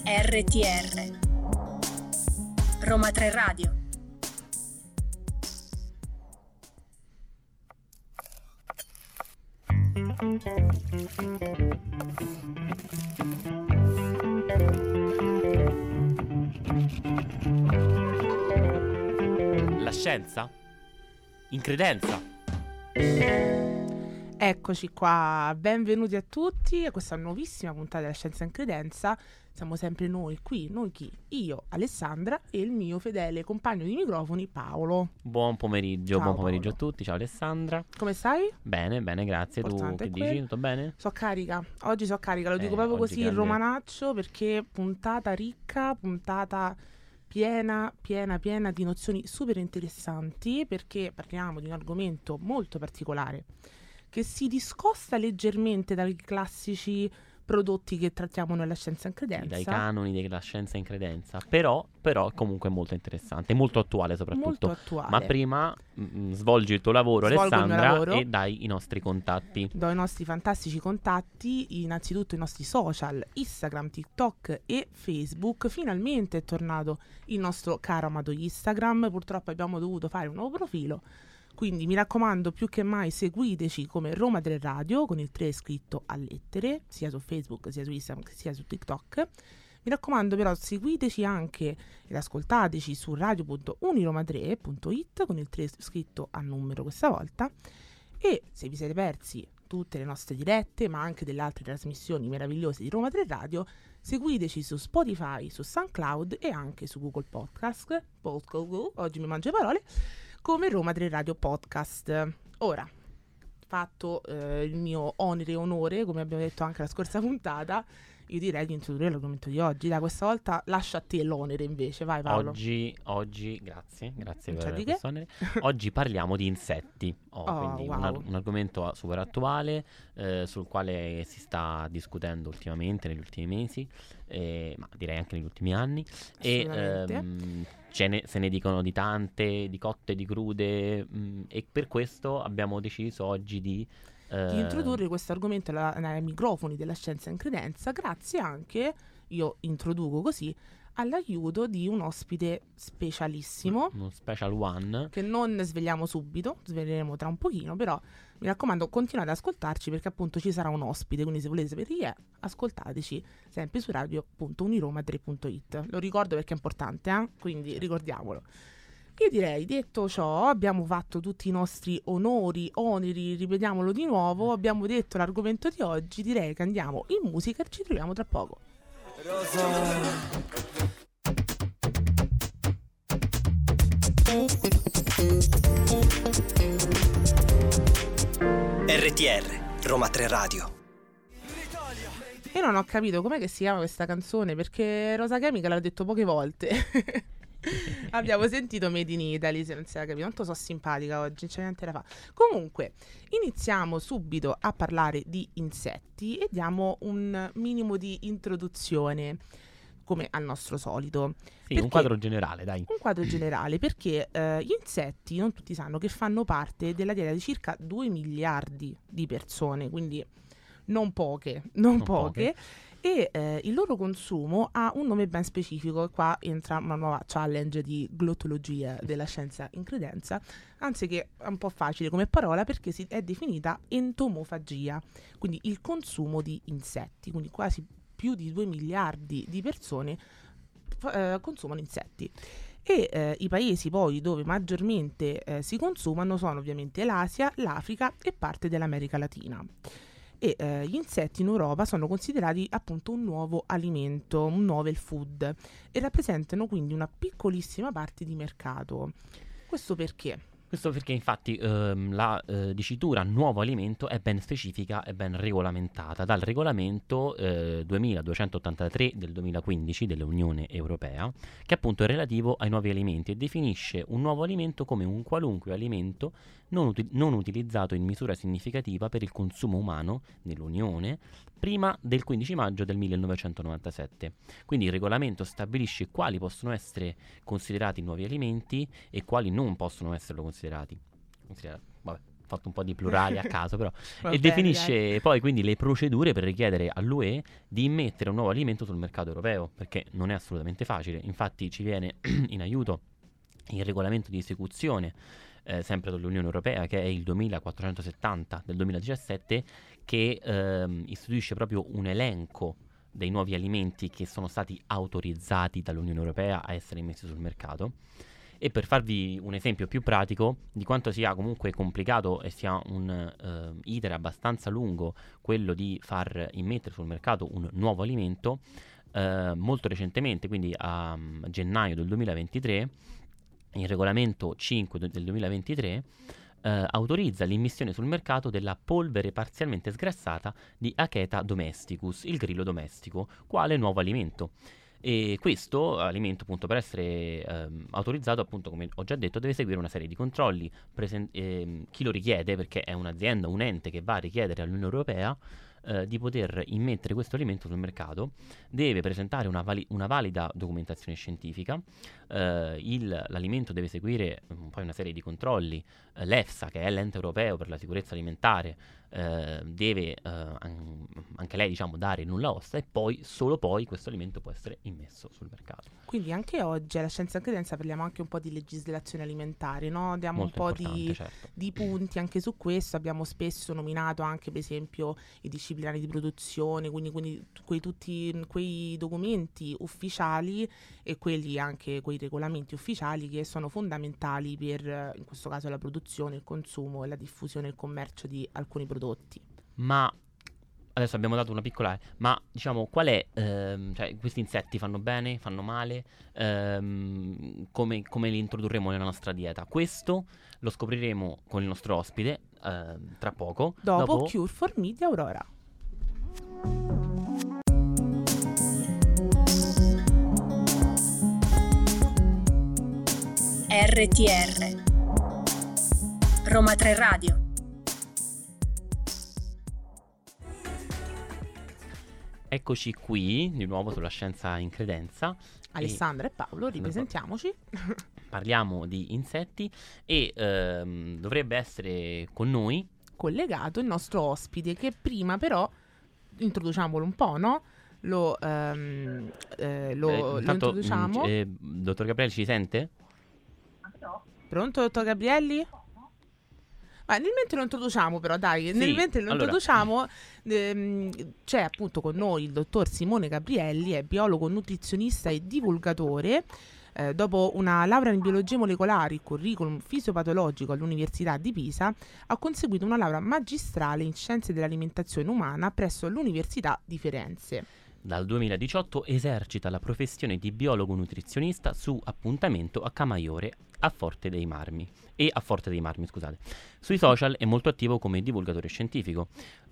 RTR Roma 3 Radio. La scienza? In credenza? Eccoci qua, benvenuti a tutti a questa nuovissima puntata della Scienza in Credenza. Siamo sempre noi qui, noi chi? Io, Alessandra, e il mio fedele compagno di microfoni, Paolo. Buon pomeriggio, Ciao, buon pomeriggio Paolo. a tutti. Ciao Alessandra. Come stai? Bene, bene, grazie. Tu Importante che è dici? quello. Tutto bene? So carica, oggi so carica, lo dico proprio oggi così, grande. romanaccio, perché puntata ricca, puntata piena di nozioni super interessanti, perché parliamo di un argomento molto particolare che si discosta leggermente dai classici prodotti che trattiamo nella Scienza in Credenza. Dai canoni della scienza in credenza. Però comunque molto interessante, molto attuale soprattutto. Molto attuale. Ma prima svolgi il tuo lavoro, Svolgo il mio Alessandra, lavoro. e dai i nostri contatti. Do i nostri fantastici contatti, innanzitutto i nostri social, Instagram, TikTok e Facebook. Finalmente è tornato il nostro caro amato Instagram, purtroppo abbiamo dovuto fare un nuovo profilo, quindi mi raccomando, più che mai seguiteci come Roma 3 Radio con il 3 scritto a lettere, sia su Facebook, sia su Instagram, sia su TikTok. Mi raccomando però seguiteci anche ed ascoltateci su radio.uniroma3.it con il 3 scritto a numero questa volta. E se vi siete persi tutte le nostre dirette, ma anche delle altre trasmissioni meravigliose di Roma 3 Radio, seguiteci su Spotify, su SoundCloud e anche su Google Podcast. Oggi mi mangio le parole, come Roma 3 Radio Podcast. Ora, fatto il mio onere e onore, come abbiamo detto anche la scorsa puntata, io direi di introdurre l'argomento di oggi. Da questa volta lascio a te l'onere invece, vai Paolo. Oggi, grazie Non c'è per di che. questo onere. Oggi parliamo di insetti, quindi wow. un argomento super attuale, sul quale si sta discutendo ultimamente, negli ultimi mesi, ma direi anche negli ultimi anni. Assolutamente. E se ne dicono di tante, di cotte, di crude, e per questo abbiamo deciso oggi di introdurre questo argomento ai microfoni della Scienza in Credenza, grazie anche, io introduco così, all'aiuto di un ospite specialissimo, uno special one. che non sveliamo subito, sveleremo tra un pochino, però mi raccomando continuate ad ascoltarci perché appunto ci sarà un ospite, quindi se volete sapere chi è, ascoltateci sempre su radio.uniroma3.it. Lo ricordo perché è importante, quindi ricordiamolo. Io direi, detto ciò, abbiamo fatto tutti i nostri oneri, ripetiamolo di nuovo, abbiamo detto l'argomento di oggi, direi che andiamo in musica e ci troviamo tra poco. RTR Roma 3 Radio. Io non ho capito com'è che si chiama questa canzone, perché Rosa Chemical l'ha detto poche volte. Abbiamo sentito Made in Italy, se non si è capito, tanto so simpatica oggi, non c'è niente da fare. Comunque, iniziamo subito a parlare di insetti e diamo un minimo di introduzione, come al nostro solito. Sì, un quadro generale, dai. Un quadro generale, perché gli insetti, non tutti sanno, che fanno parte della dieta di circa 2 miliardi di persone, quindi non poche. E il loro consumo ha un nome ben specifico, e qua entra una nuova challenge di glottologia della Scienza in Credenza, anziché è un po' facile come parola perché è definita entomofagia, quindi il consumo di insetti, quindi quasi più di 2 miliardi di persone consumano insetti. E i paesi poi dove maggiormente si consumano sono ovviamente l'Asia, l'Africa e parte dell'America Latina. E gli insetti in Europa sono considerati appunto un nuovo alimento, un novel food, e rappresentano quindi una piccolissima parte di mercato. Questo perché? Questo perché infatti la dicitura nuovo alimento è ben specifica e ben regolamentata dal regolamento 2283 del 2015 dell'Unione Europea, che appunto è relativo ai nuovi alimenti e definisce un nuovo alimento come un qualunque alimento non utilizzato in misura significativa per il consumo umano nell'Unione prima del 15 maggio del 1997. Quindi il regolamento stabilisce quali possono essere considerati nuovi alimenti e quali non possono esserlo considerati. Vabbè, fatto un po' di plurali a caso però, Va e bene, definisce poi quindi le procedure per richiedere all'UE di immettere un nuovo alimento sul mercato europeo, perché non è assolutamente facile. Infatti ci viene in aiuto il regolamento di esecuzione sempre dell'Unione Europea, che è il 2470 del 2017, che istituisce proprio un elenco dei nuovi alimenti che sono stati autorizzati dall'Unione Europea a essere immessi sul mercato. E per farvi un esempio più pratico di quanto sia comunque complicato e sia un iter abbastanza lungo quello di far immettere sul mercato un nuovo alimento, molto recentemente, quindi a gennaio del 2023, il regolamento 5 del 2023 autorizza l'immissione sul mercato della polvere parzialmente sgrassata di Acheta domesticus, il grillo domestico, quale nuovo alimento. E questo alimento, appunto, per essere autorizzato, appunto, come ho già detto, deve seguire una serie di controlli. Chi lo richiede, perché è un'azienda, un ente che va a richiedere all'Unione Europea di poter immettere questo alimento sul mercato, deve presentare una valida documentazione scientifica. L'alimento deve seguire poi una serie di controlli. L'EFSA, che è l'ente europeo per la sicurezza alimentare, deve anche lei, diciamo, dare il nulla osta, e poi solo poi questo alimento può essere immesso sul mercato. Quindi anche oggi alla Scienza e Credenza parliamo anche un po' di legislazione alimentare, no? Diamo Molto un po' certo. di punti anche su questo. Abbiamo spesso nominato anche, per esempio, i disciplinari di produzione, quindi tutti quei documenti ufficiali e quelli anche quei regolamenti ufficiali che sono fondamentali per, in questo caso, la produzione, il consumo e la diffusione e il commercio di alcuni prodotti. Ma adesso abbiamo dato una piccola, ma diciamo qual è, cioè questi insetti fanno bene, fanno male, come li introdurremo nella nostra dieta? Questo lo scopriremo con il nostro ospite tra poco. Dopo Cure for Me di Aurora. RTR Roma 3 Radio. Eccoci qui di nuovo sulla Scienza in Credenza. Alessandra e Paolo, ripresentiamoci. Parliamo di insetti e dovrebbe essere con noi collegato il nostro ospite, che prima però introduciamolo un po', no? Lo introduciamo. Dottor Gabrielli, ci sente? Pronto, dottor Gabrielli? Nel mentre lo introduciamo, però dai, sì, nel mentre lo allora introduciamo, c'è appunto con noi il dottor Simone Gabrielli, è biologo, nutrizionista e divulgatore. Dopo una laurea in biologie molecolari, curriculum fisiopatologico all'Università di Pisa, ha conseguito una laurea magistrale in scienze dell'alimentazione umana presso l'Università di Firenze. Dal 2018 esercita la professione di biologo nutrizionista su appuntamento a Camaiore a Forte dei Marmi. Scusate. Sui social è molto attivo come divulgatore scientifico.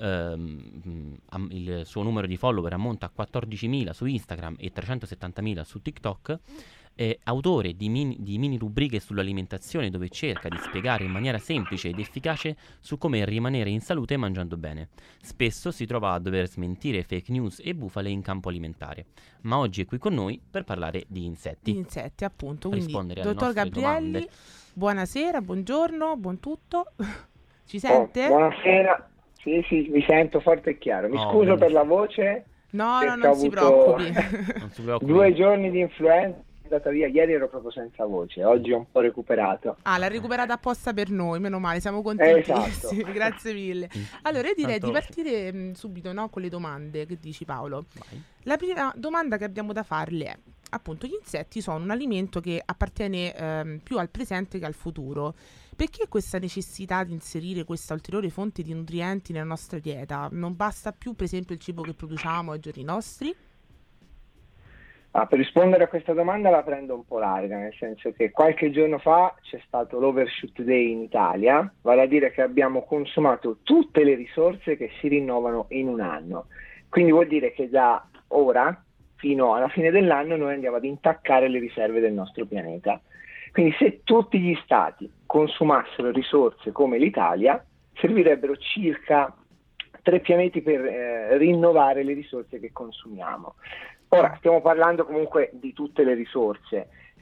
Il suo numero di follower ammonta a 14.000 su Instagram e 370.000 su TikTok. È autore di mini rubriche sull'alimentazione, dove cerca di spiegare in maniera semplice ed efficace su come rimanere in salute mangiando bene. Spesso si trova a dover smentire fake news e bufale in campo alimentare, ma oggi è qui con noi per parlare di insetti. Di insetti, appunto. Quindi, rispondere alle dottor nostre Gabrielli, domande. Buonasera, buongiorno, buon tutto. Ci sente? Buonasera. Sì, vi sento forte e chiaro. Mi scuso benissimo per la voce. No, non si avuto preoccupi. Non si preoccupi. 2 giorni di influenza. Andata via, ieri ero proprio senza voce, oggi ho un po' recuperato. L'ha recuperata apposta per noi, meno male, siamo contentissimi. Esatto. Grazie mille. Allora, io direi di partire subito, no, con le domande. Che dici, Paolo? Vai. La prima domanda che abbiamo da farle è, appunto, gli insetti sono un alimento che appartiene più al presente che al futuro. Perché questa necessità di inserire questa ulteriore fonte di nutrienti nella nostra dieta? Non basta più, per esempio, il cibo che produciamo ai giorni nostri? Per rispondere a questa domanda la prendo un po' larga, nel senso che qualche giorno fa c'è stato l'Overshoot Day in Italia, vale a dire che abbiamo consumato tutte le risorse che si rinnovano in un anno. Quindi vuol dire che da ora fino alla fine dell'anno noi andiamo ad intaccare le riserve del nostro pianeta. Quindi se tutti gli stati consumassero risorse come l'Italia, servirebbero circa 3 pianeti per rinnovare le risorse che consumiamo. Ora, stiamo parlando comunque di tutte le risorse.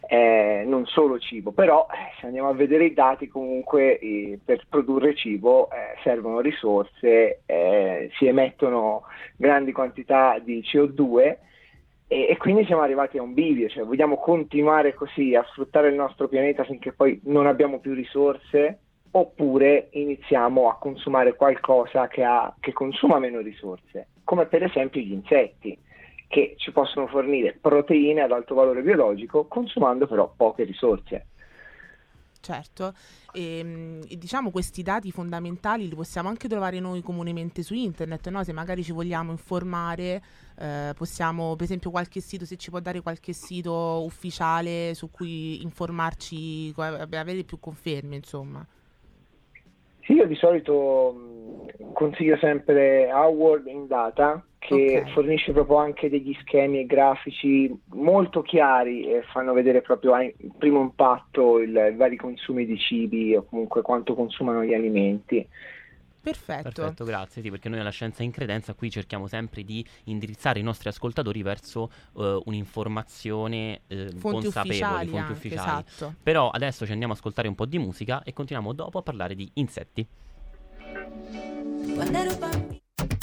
non solo cibo, però se andiamo a vedere i dati comunque per produrre cibo servono risorse, si emettono grandi quantità di CO2 e quindi siamo arrivati a un bivio, cioè vogliamo continuare così a sfruttare il nostro pianeta finché poi non abbiamo più risorse, oppure iniziamo a consumare qualcosa che consuma meno risorse, come per esempio gli insetti, che ci possono fornire proteine ad alto valore biologico, consumando però poche risorse. Certo, e diciamo questi dati fondamentali li possiamo anche trovare noi comunemente su internet, no? Se magari ci vogliamo informare, possiamo, per esempio, qualche sito, se ci può dare qualche sito ufficiale su cui informarci, avere più conferme, insomma. Sì, io di solito consiglio sempre Our World in Data, che fornisce proprio anche degli schemi e grafici molto chiari e fanno vedere proprio il primo impatto, i vari consumi di cibi o comunque quanto consumano gli alimenti. Perfetto, grazie. Sì, perché noi alla Scienza in Credenza qui cerchiamo sempre di indirizzare i nostri ascoltatori verso un'informazione fonti consapevoli, fonti anche, ufficiali. esatto. Però adesso ci andiamo a ascoltare un po' di musica e continuiamo dopo a parlare di insetti. Quando ero bambino.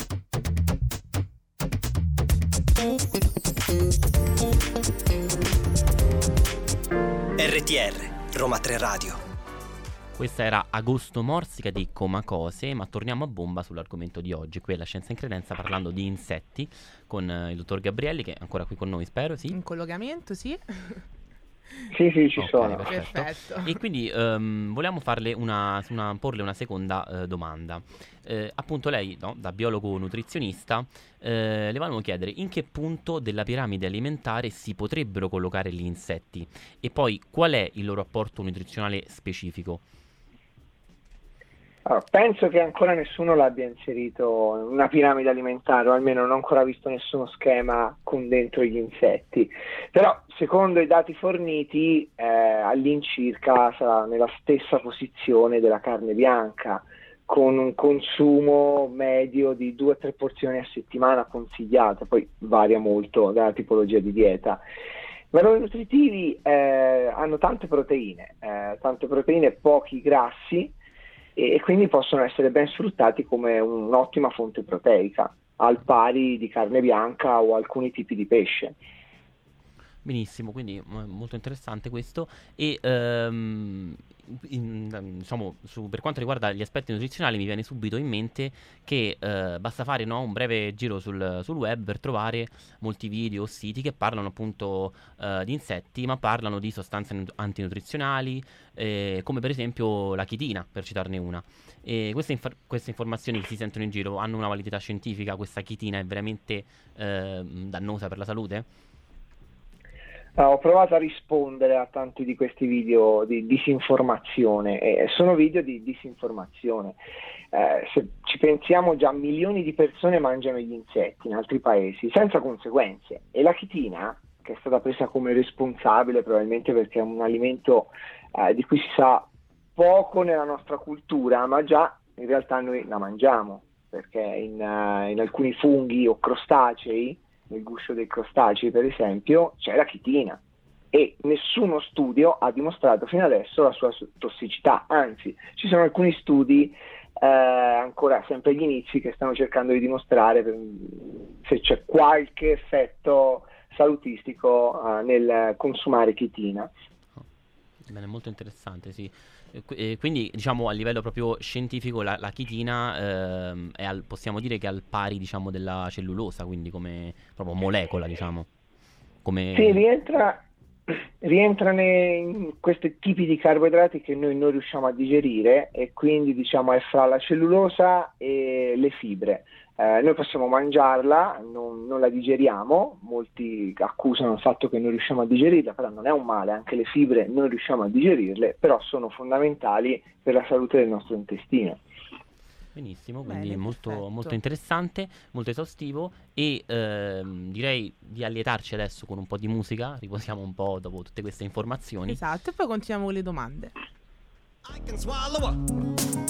RTR, Roma 3 Radio. Questa era Agosto Morsica di Comacose, ma torniamo a bomba sull'argomento di oggi, qui alla Scienza in Credenza, parlando di insetti con il dottor Gabrielli, che è ancora qui con noi, spero, sì? In collegamento, sì. Sì, ci sono. Perfetto. E quindi volevamo porle una seconda domanda. Appunto lei, no, da biologo nutrizionista, le volevamo chiedere in che punto della piramide alimentare si potrebbero collocare gli insetti e poi qual è il loro apporto nutrizionale specifico. Allora, penso che ancora nessuno l'abbia inserito in una piramide alimentare, o almeno non ho ancora visto nessuno schema con dentro gli insetti, però secondo i dati forniti all'incirca sarà nella stessa posizione della carne bianca, con un consumo medio di 2-3 porzioni a settimana consigliate, poi varia molto dalla tipologia di dieta. I valori nutritivi hanno tante proteine, pochi grassi, e quindi possono essere ben sfruttati come un'ottima fonte proteica, al pari di carne bianca o alcuni tipi di pesce. Benissimo, quindi molto interessante questo. E diciamo, per quanto riguarda gli aspetti nutrizionali mi viene subito in mente che basta fare, no, un breve giro sul web per trovare molti video o siti che parlano appunto di insetti, ma parlano di sostanze antinutrizionali, come per esempio la chitina, per citarne una. E queste informazioni che si sentono in giro hanno una validità scientifica? Questa chitina è veramente dannosa per la salute? Ho provato a rispondere a tanti di questi video di disinformazione, sono video di disinformazione. Se ci pensiamo, già milioni di persone mangiano gli insetti in altri paesi senza conseguenze, e la chitina, che è stata presa come responsabile probabilmente perché è un alimento di cui si sa poco nella nostra cultura, ma già in realtà noi la mangiamo, perché in alcuni funghi o crostacei, nel guscio dei crostacei per esempio, c'è la chitina, e nessuno studio ha dimostrato fino adesso la sua tossicità, anzi ci sono alcuni studi ancora sempre agli inizi che stanno cercando di dimostrare se c'è qualche effetto salutistico nel consumare chitina. Bene, molto interessante, sì. Quindi diciamo a livello proprio scientifico la chitina possiamo dire che è al pari, diciamo, della cellulosa, quindi come proprio molecola, diciamo. Sì, rientra in questi tipi di carboidrati che noi non riusciamo a digerire, e quindi diciamo è fra la cellulosa e le fibre. Noi possiamo mangiarla, non la digeriamo, molti accusano il fatto che non riusciamo a digerirla, però non è un male, anche le fibre non riusciamo a digerirle, però sono fondamentali per la salute del nostro intestino. Benissimo, quindi Bene, molto interessante, molto esaustivo, e direi di allietarci adesso con un po' di musica, riposiamo un po' dopo tutte queste informazioni. Esatto, e poi continuiamo con le domande. I can swallow up.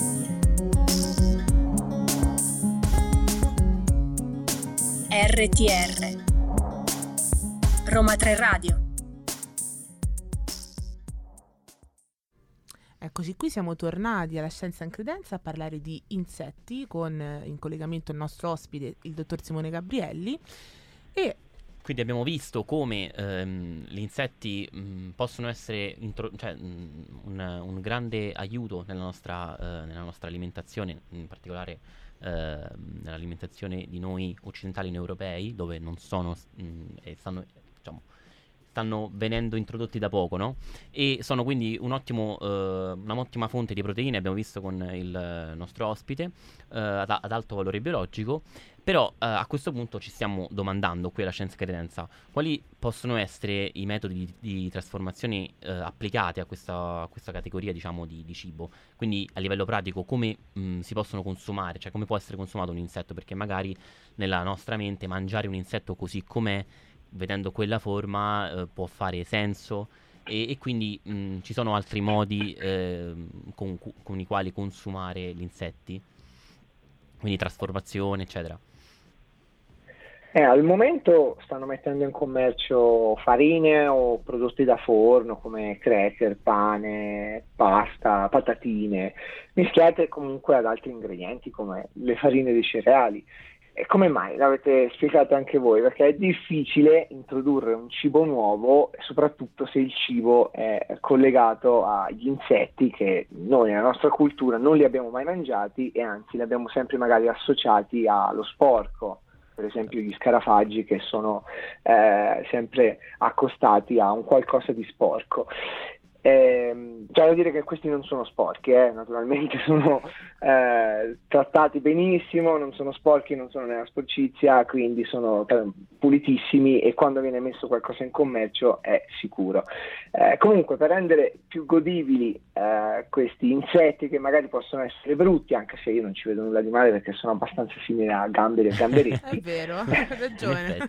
RTR Roma 3 Radio. Eccoci qui, siamo tornati alla Scienza in Credenza a parlare di insetti con in collegamento il nostro ospite, il dottor Simone Gabrielli. E quindi abbiamo visto come gli insetti possono essere un grande aiuto nella nostra alimentazione, in particolare nell'alimentazione di noi occidentali europei, dove non sono e stanno venendo introdotti da poco, no? E sono quindi un'ottima fonte di proteine, abbiamo visto con il nostro ospite, ad alto valore biologico. Però a questo punto ci stiamo domandando qui alla Scienza e Credenza quali possono essere i metodi di trasformazione applicati a questa categoria, diciamo, di cibo. Quindi a livello pratico come si possono consumare, cioè come può essere consumato un insetto, perché magari nella nostra mente mangiare un insetto così com'è, vedendo quella forma, può fare senso, e quindi ci sono altri modi con i quali consumare gli insetti, quindi trasformazione, eccetera. Al momento stanno mettendo in commercio farine o prodotti da forno come cracker, pane, pasta, patatine, mischiate comunque ad altri ingredienti come le farine dei cereali. E come mai? L'avete spiegato anche voi, perché è difficile introdurre un cibo nuovo, soprattutto se il cibo è collegato agli insetti che noi nella nostra cultura non li abbiamo mai mangiati e anzi li abbiamo sempre magari associati allo sporco. Per esempio gli scarafaggi che sono sempre accostati a un qualcosa di sporco. C'è da dire che questi non sono sporchi, naturalmente sono trattati benissimo, non sono sporchi, non sono nella sporcizia, quindi sono pulitissimi e quando viene messo qualcosa in commercio è sicuro. Comunque, per rendere più godibili questi insetti che magari possono essere brutti, anche se io non ci vedo nulla di male perché sono abbastanza simili a gamberi e gamberetti. È vero, hai ragione.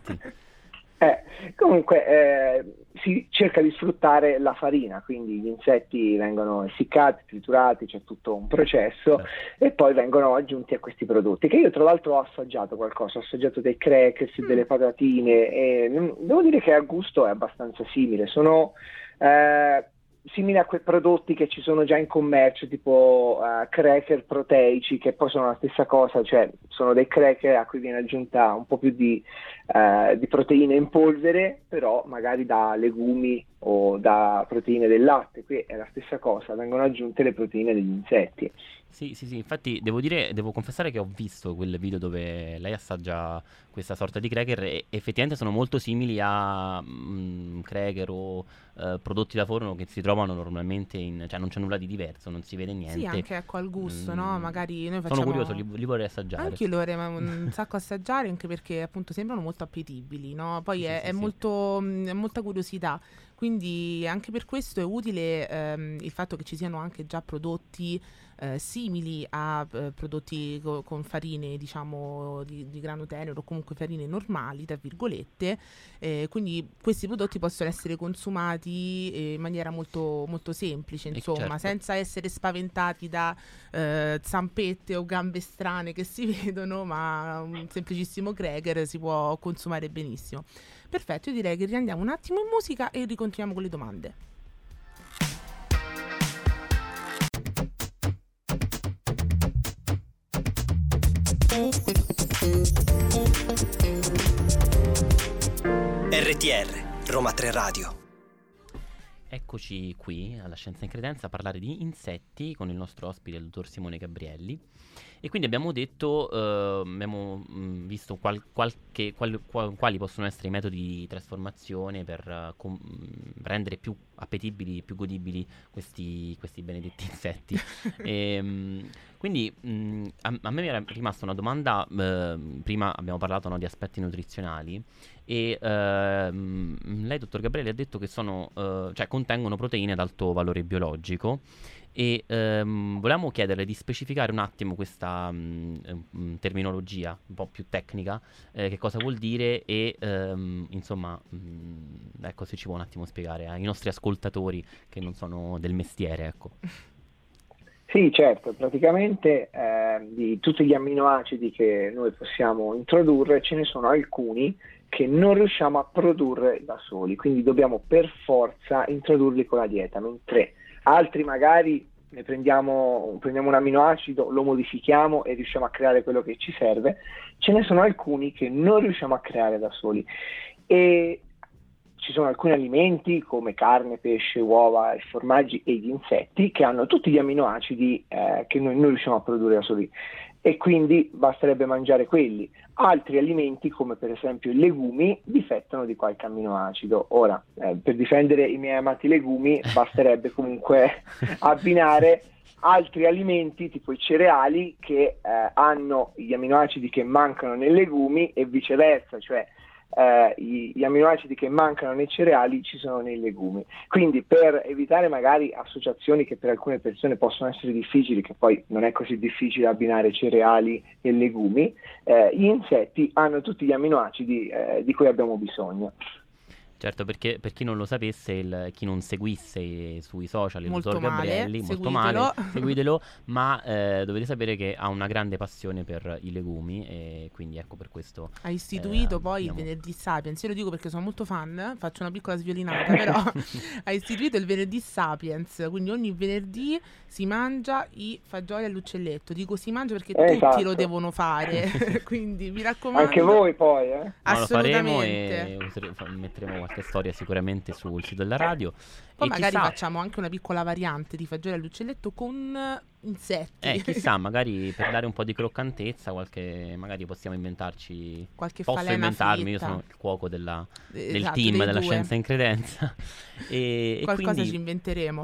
Comunque si cerca di sfruttare la farina, quindi gli insetti vengono essiccati, triturati, c'è tutto un processo e poi vengono aggiunti a questi prodotti, che io tra l'altro ho assaggiato qualcosa, ho assaggiato dei crackers, delle patatine e devo dire che a gusto è abbastanza simile, sono simili a quei prodotti che ci sono già in commercio, tipo cracker proteici, che poi sono la stessa cosa, cioè sono dei cracker a cui viene aggiunta un po' più di proteine in polvere, però magari da legumi o da proteine del latte. Qui è la stessa cosa, vengono aggiunte le proteine degli insetti. Sì, infatti devo confessare che ho visto quel video dove lei assaggia questa sorta di cracker e effettivamente sono molto simili a cracker o prodotti da forno che si trovano normalmente cioè non c'è nulla di diverso, non si vede niente. Sì, anche ecco al gusto, no? Magari noi facciamo... Sono curioso, li vorrei assaggiare. Anche io li vorrei un sacco assaggiare, anche perché appunto sembrano molto appetibili, no? Poi è molta curiosità. Quindi anche per questo è utile il fatto che ci siano anche già prodotti simili a prodotti con farine, diciamo, di grano tenero o comunque farine normali, tra virgolette. Quindi questi prodotti possono essere consumati in maniera molto, molto semplice, insomma, certo, senza essere spaventati da zampette o gambe strane che si vedono, ma un semplicissimo cracker si può consumare benissimo. Perfetto, io direi che riandiamo un attimo in musica e ricontinuiamo con le domande. RTR, Roma 3 Radio. Eccoci qui alla Scienza in Credenza a parlare di insetti con il nostro ospite, il dottor Simone Gabrielli. E quindi abbiamo detto, abbiamo visto quali possono essere i metodi di trasformazione per rendere più appetibili, più godibili questi benedetti insetti. Quindi a me era rimasta una domanda, prima abbiamo parlato di aspetti nutrizionali e lei, dottor Gabrielli, ha detto che cioè contengono proteine ad alto valore biologico. E volevamo chiederle di specificare un attimo questa terminologia un po' più tecnica, che cosa vuol dire e insomma ecco, se ci può un attimo spiegare ai nostri ascoltatori che non sono del mestiere, ecco. Sì, certo, praticamente di tutti gli amminoacidi che noi possiamo introdurre ce ne sono alcuni che non riusciamo a produrre da soli, quindi dobbiamo per forza introdurli con la dieta, mentre altri magari ne prendiamo un aminoacido, lo modifichiamo e riusciamo a creare quello che ci serve. Ce ne sono alcuni che non riusciamo a creare da soli, e ci sono alcuni alimenti come carne, pesce, uova, i formaggi e gli insetti che hanno tutti gli aminoacidi che noi non riusciamo a produrre da soli, e quindi basterebbe mangiare quelli. Altri alimenti, come per esempio i legumi, difettano di qualche amminoacido. Ora, per difendere i miei amati legumi, basterebbe comunque abbinare altri alimenti, tipo i cereali, che hanno gli amminoacidi che mancano nei legumi, e viceversa, cioè gli amminoacidi che mancano nei cereali ci sono nei legumi. Quindi, per evitare magari associazioni che per alcune persone possono essere difficili, che poi non è così difficile abbinare cereali e legumi, gli insetti hanno tutti gli amminoacidi di cui abbiamo bisogno. Certo, perché per chi non lo sapesse, chi non seguisse sui social il Molto dottor male, Gabrielli, molto seguitelo. male, seguitelo, ma dovete sapere che ha una grande passione per i legumi, e quindi ecco, per questo Ha istituito poi il abbiamo- venerdì Sapiens. Io lo dico perché sono molto fan, faccio una piccola sviolinata, però ha istituito il venerdì Sapiens, quindi ogni venerdì si mangia i fagioli all'uccelletto. Dico si mangia perché tutti Esatto. lo devono fare, quindi mi raccomando. Anche voi poi, No, lo faremo e Assolutamente. metteremo qualche storia sicuramente sul sito della radio. Poi E magari chissà, facciamo anche una piccola variante di fagioli all'uccelletto con insetti. chissà, magari per dare un po' di croccantezza, magari possiamo Qualche posso falena inventarmi, io fritta. sono il cuoco del Esatto, team dei della due. scienza in credenza. E Qualcosa quindi ci inventeremo.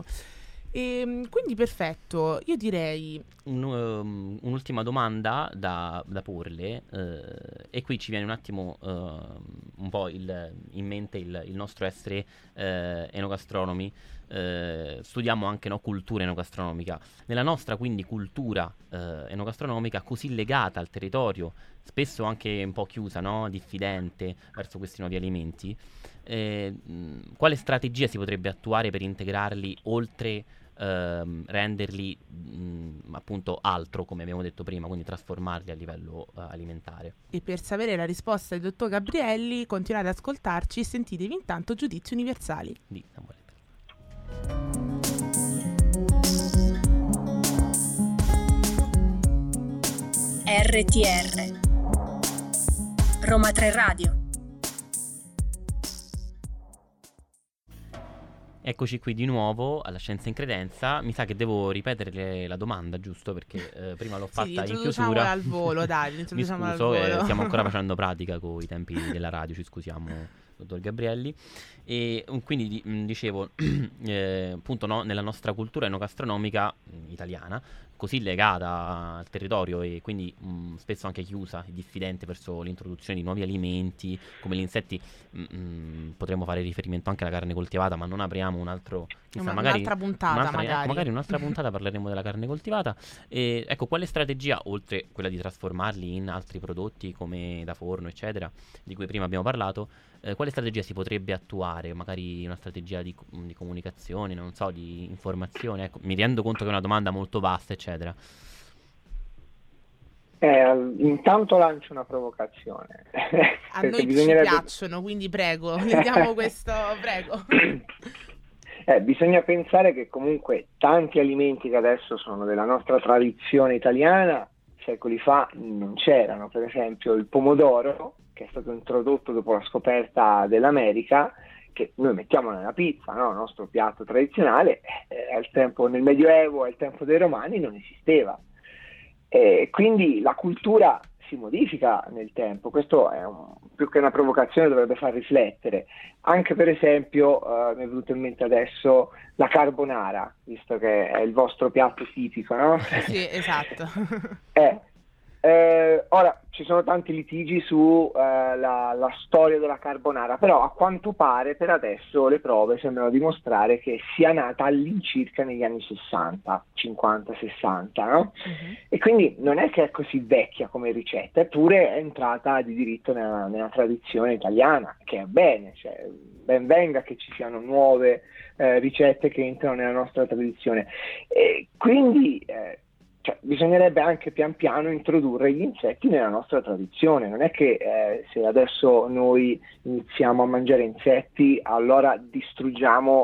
Quindi perfetto, io direi un'ultima domanda da porle, e qui ci viene un attimo un po' in mente il nostro essere enogastronomi. Studiamo anche, no, cultura enogastronomica. Nella nostra quindi cultura enogastronomica, così legata al territorio, spesso anche un po' chiusa, no? Diffidente verso questi nuovi alimenti, quale strategia si potrebbe attuare per integrarli, oltre renderli appunto altro, come abbiamo detto prima, quindi trasformarli a livello alimentare? e per sapere la risposta del dottor Gabrielli continuate ad ascoltarci e sentitevi intanto Giudizi Universali. Di Samuele. RTR Roma 3 Radio. Eccoci qui di nuovo alla Scienza in Credenza. Mi sa che devo ripetere la domanda, giusto? Perché prima l'ho fatta in introduciamola chiusura. al volo, dai, Mi introduciamola al scuso, volo. stiamo ancora facendo pratica con i tempi della radio, ci scusiamo, dottor Gabrielli. E quindi dicevo, appunto, no, nella nostra cultura enogastronomica italiana, così legata al territorio e quindi spesso anche chiusa e diffidente verso l'introduzione di nuovi alimenti come gli insetti, potremmo fare riferimento anche alla carne coltivata, ma non apriamo un altro, chissà, magari un'altra puntata, magari. magari un'altra puntata parleremo della carne coltivata. E ecco, quale strategia, oltre quella di trasformarli in altri prodotti come da forno eccetera, di cui prima abbiamo parlato, quale strategia si potrebbe attuare? Magari una strategia di comunicazione, non so, di informazione. Ecco, mi rendo conto che è una domanda molto vasta, eccetera. Intanto lancio una provocazione. A Perché noi ci bisognerebbe- piacciono, quindi prego, le diamo questo, prego. Bisogna pensare che comunque tanti alimenti che adesso sono della nostra tradizione italiana, secoli fa non c'erano. Per esempio il pomodoro, che è stato introdotto dopo la scoperta dell'America, che noi mettiamo nella pizza, no? Il nostro piatto tradizionale, nel Medioevo, al tempo dei Romani, non esisteva. Quindi la cultura si modifica nel tempo. Questo è più che una provocazione, dovrebbe far riflettere. Anche per esempio mi è venuto in mente adesso la carbonara, visto che è il vostro piatto tipico, no? Sì, esatto. Ora ci sono tanti litigi su la storia della carbonara, però a quanto pare per adesso le prove sembrano dimostrare che sia nata all'incirca negli anni 60, 50, 60, no? E quindi non è che è così vecchia come ricetta, eppure è entrata di diritto nella tradizione italiana, che è bene, cioè ben venga che ci siano nuove ricette che entrano nella nostra tradizione. E quindi bisognerebbe anche pian piano introdurre gli insetti nella nostra tradizione. Non è che se adesso noi iniziamo a mangiare insetti allora distruggiamo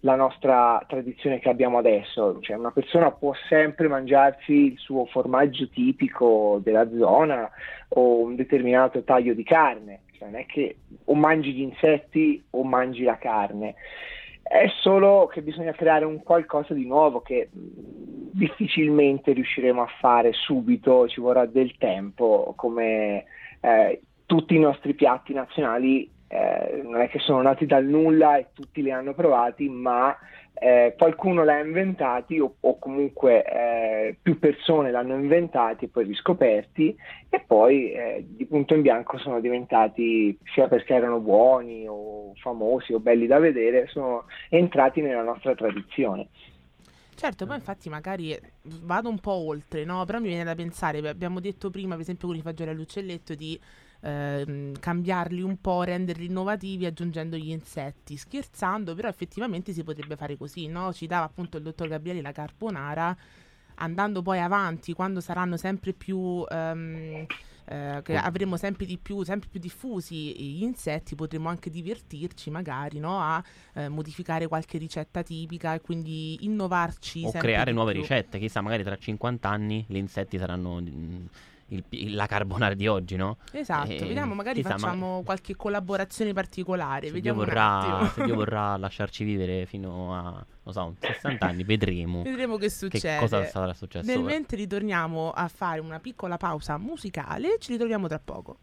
la nostra tradizione che abbiamo adesso. Cioè, una persona può sempre mangiarsi il suo formaggio tipico della zona o un determinato taglio di carne. Cioè, non è che o mangi gli insetti o mangi la carne. È solo che bisogna creare un qualcosa di nuovo che difficilmente riusciremo a fare subito, ci vorrà del tempo, come tutti i nostri piatti nazionali. Non è che sono nati dal nulla e tutti li hanno provati, ma qualcuno l'ha inventati o comunque più persone l'hanno inventati e poi riscoperti, e poi di punto in bianco sono diventati, sia perché erano buoni o famosi o belli da vedere, sono entrati nella nostra tradizione. Certo, poi infatti magari vado un po' oltre, no? Però mi viene da pensare, abbiamo detto prima, per esempio con i fagioli all'uccelletto, di cambiarli un po', renderli innovativi aggiungendo gli insetti, scherzando, però effettivamente si potrebbe fare così, no? Ci dava appunto il dottor Gabrielli la carbonara, andando poi avanti, quando saranno sempre più che avremo sempre più diffusi gli insetti, potremo anche divertirci magari, no? A modificare qualche ricetta tipica e quindi innovarci o sempre creare di nuove più. ricette, chissà, magari tra 50 anni gli insetti saranno la carbonara di oggi, no? Esatto, vediamo, magari chissà, facciamo qualche collaborazione particolare, se Dio vediamo un attimo. se Dio vorrà lasciarci vivere fino a, non so, 60 anni, vedremo Vedremo che succede. cosa sarà successo. Nel mentre ritorniamo a fare una piccola pausa musicale, ci ritroviamo tra poco.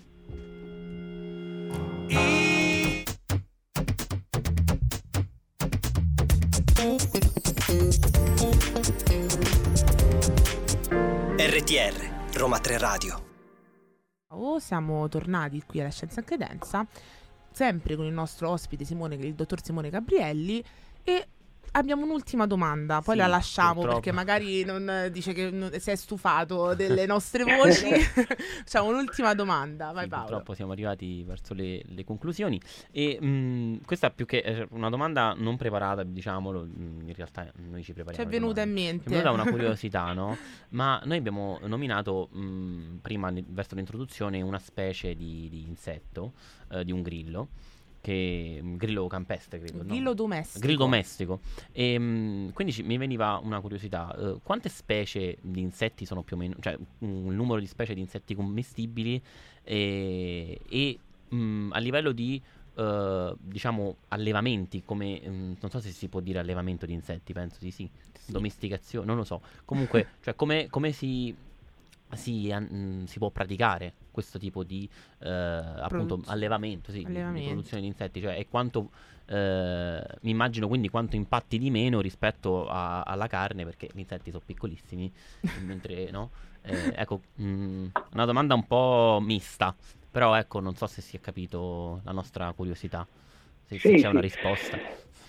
RTR Roma 3 Radio. Siamo tornati qui alla Scienza in Credenza, sempre con il nostro ospite Simone, il dottor Simone Gabrielli, e abbiamo un'ultima domanda, poi Sì, la lasciamo purtroppo. perché magari non dice che si è stufato delle nostre voci. Facciamo un'ultima domanda, vai Sì, Paolo. purtroppo siamo arrivati verso le conclusioni e questa più che una domanda non preparata, diciamolo, in realtà noi ci prepariamo. Ci è venuta in mente. Ci è venuta una curiosità, no? Ma noi abbiamo nominato prima verso l'introduzione una specie di insetto, di un grillo, che grillo campestre, credo. Grillo domestico. Grillo domestico. E quindi mi veniva una curiosità: quante specie di insetti sono più o meno, cioè un numero di specie di insetti commestibili e a livello di diciamo allevamenti, come non so se si può dire allevamento di insetti, penso di sì. Domesticazione, non lo so. Comunque, cioè come si può praticare questo tipo di appunto allevamento, di produzione di insetti, cioè, e quanto mi immagino quindi quanto impatti di meno rispetto alla carne, perché gli insetti sono piccolissimi, mentre no? Ecco, una domanda un po' mista, però ecco, non so se si è capito la nostra curiosità, se c'è una risposta.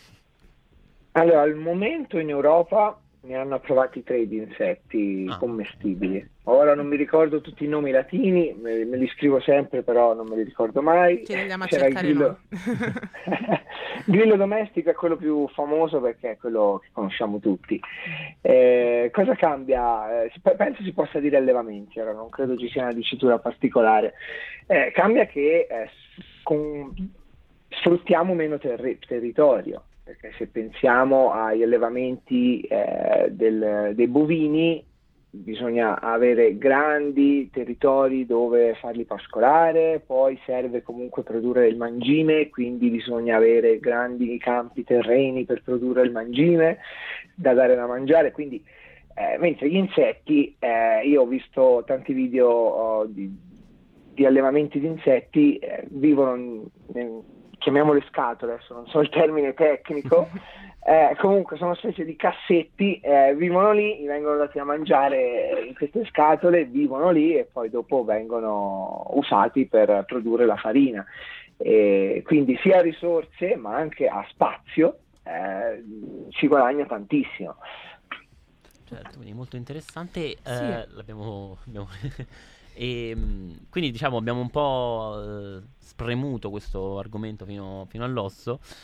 Allora, al momento in Europa ne hanno approvati 3 di insetti commestibili. Ora non mi ricordo tutti i nomi latini, me li scrivo sempre, però non me li ricordo mai. Ce li andiamo a C'era cercare il grillo... noi. Grillo domestico è quello più famoso perché è quello che conosciamo tutti. Cosa cambia? Penso si possa dire allevamenti, ora non credo ci sia una dicitura particolare. Cambia che sfruttiamo meno territorio. Perché se pensiamo agli allevamenti dei bovini, bisogna avere grandi territori dove farli pascolare, poi serve comunque produrre il mangime, quindi bisogna avere grandi campi terreni per produrre il mangime da dare da mangiare, quindi mentre gli insetti, io ho visto tanti video di allevamenti di insetti, vivono chiamiamole scatole, adesso non so il termine tecnico, comunque sono specie di cassetti, vivono lì, gli vengono dati da mangiare in queste scatole, vivono lì e poi dopo vengono usati per produrre la farina. Quindi sia a risorse ma anche a spazio ci guadagna tantissimo. Certo, quindi molto interessante. Sì. L'abbiamo e quindi diciamo abbiamo un po' spremuto questo argomento fino all'osso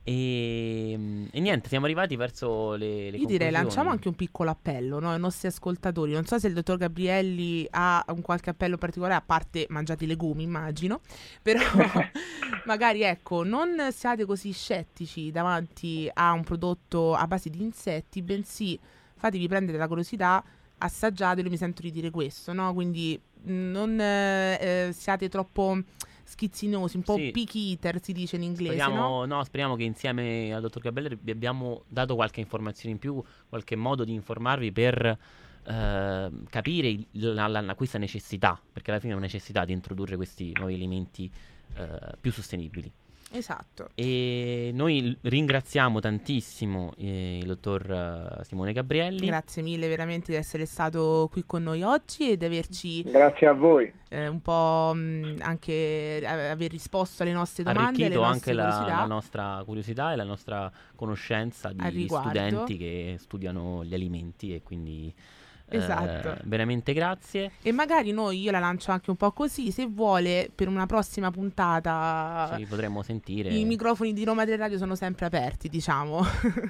E niente, siamo arrivati verso le Io conclusioni. direi lanciamo anche un piccolo appello, no, ai nostri ascoltatori. Non so se il dottor Gabrielli ha un qualche appello particolare, a parte mangiate i legumi, immagino, però magari ecco, non siate così scettici davanti a un prodotto a base di insetti, bensì fatevi prendere la curiosità, assaggiatelo. Mi sento di dire questo, no? Quindi non siate troppo schizzinosi, un po' picky eater si dice in inglese, Speriamo che insieme al dottor Gabrielli vi abbiamo dato qualche informazione in più, qualche modo di informarvi per capire questa necessità, perché alla fine è una necessità di introdurre questi nuovi elementi più sostenibili. Esatto. E noi ringraziamo tantissimo il dottor Simone Gabrielli. Grazie mille veramente di essere stato qui con noi oggi e di averci grazie a voi un po' anche aver risposto alle nostre domande, arricchito alle anche nostre la nostra curiosità e la nostra conoscenza di studenti che studiano gli alimenti, e quindi esatto. Veramente grazie. E magari io la lancio anche un po' così, se vuole per una prossima puntata ci potremmo sentire. I microfoni di Roma 3 Radio sono sempre aperti, diciamo.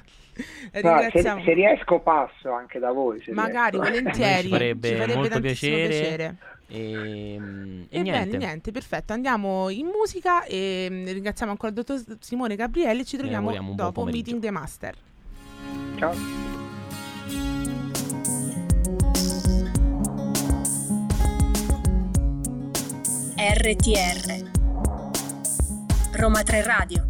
Se riesco passo anche da voi, magari volentieri, ci farebbe molto piacere. E niente, perfetto, andiamo in musica e ringraziamo ancora il dottor Simone Gabrielli. Ci troviamo dopo Meeting the Master. Ciao. RTR Roma 3 Radio.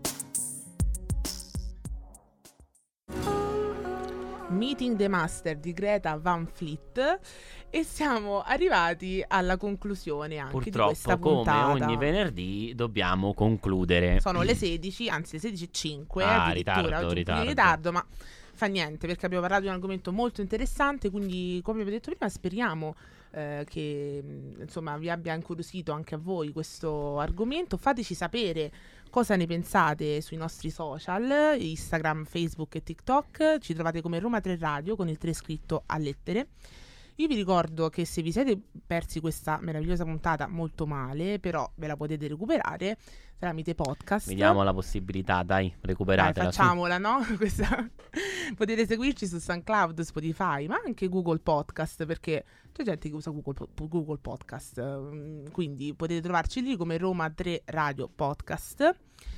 Meeting the Master di Greta Van Fleet, e siamo arrivati alla conclusione anche purtroppo, di questa puntata. Come ogni venerdì dobbiamo concludere. Sono le 16, anzi le 16:05, addirittura oggi in ritardo, ma fa niente perché abbiamo parlato di un argomento molto interessante, quindi come vi ho detto prima speriamo che insomma vi abbia incuriosito anche a voi questo argomento. Fateci sapere cosa ne pensate sui nostri social, Instagram, Facebook e TikTok. Ci trovate come Roma 3 Radio con il 3 scritto a lettere. Io vi ricordo che se vi siete persi questa meravigliosa puntata molto male, però ve la potete recuperare tramite podcast. Vediamo la possibilità, dai, recuperatela. Dai, facciamola, no? Potete seguirci su SoundCloud, Spotify, ma anche Google Podcast, perché c'è gente che usa Google Podcast, quindi potete trovarci lì come Roma 3 Radio Podcast.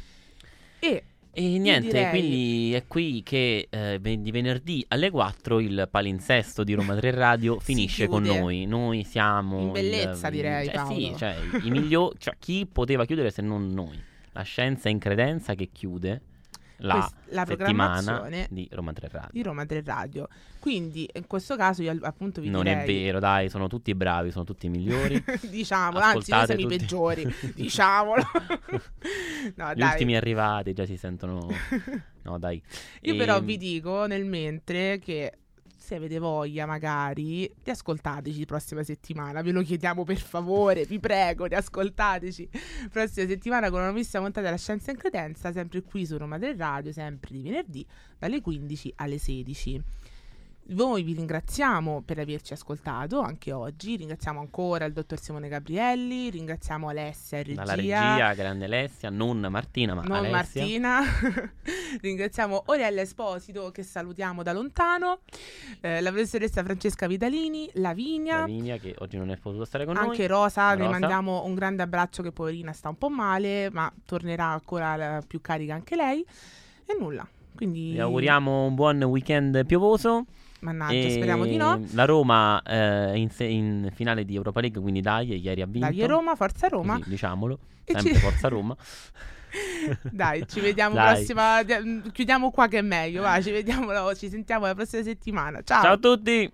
E niente, quindi è qui che di venerdì alle 4 il palinsesto di Roma 3 Radio finisce con noi. Noi siamo in bellezza, direi, Paolo. Sì, cioè i migliori, cioè chi poteva chiudere se non noi? La scienza in credenza che chiude la settimana di Roma 3 Radio. Di Roma 3 Radio. Quindi in questo caso io appunto vi non direi... è vero, dai, sono tutti bravi, sono tutti migliori. Diciamolo, anzi noi siamo i peggiori, diciamolo. No, Gli ultimi arrivati già si sentono. No, dai. Io però vi dico nel mentre che se avete voglia magari riascoltateci la prossima settimana, ve lo chiediamo per favore, vi prego, riascoltateci prossima settimana con una nuovissima puntata della Scienza in Credenza, sempre qui su Roma 3 Radio, sempre di venerdì dalle 15 alle 16. Noi vi ringraziamo per averci ascoltato anche oggi, ringraziamo ancora il dottor Simone Gabrielli, ringraziamo Alessia in regia. Dalla regia, grande Alessia, non Martina ma non Alessia. Martina. Ringraziamo Oriella Esposito che salutiamo da lontano, la professoressa Francesca Vitalini, Lavinia che oggi non è potuto stare con noi. Anche Rosa, le mandiamo un grande abbraccio che poverina sta un po' male, ma tornerà ancora più carica anche lei. E nulla, quindi vi auguriamo un buon weekend piovoso. Mannaggia, speriamo di no. La Roma in finale di Europa League, quindi dai, ieri ha vinto. Dai Roma, forza Roma. Così, diciamolo, sempre forza Roma. Dai, ci vediamo prossima. Chiudiamo qua che è meglio. Va, ci sentiamo la prossima settimana. Ciao. Ciao a tutti.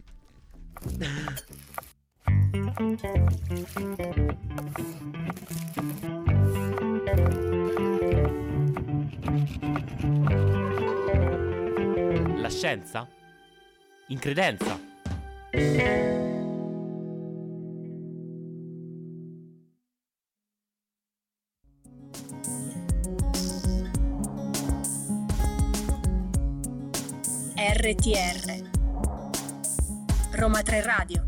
La scienza in credenza. RTR Roma 3 Radio.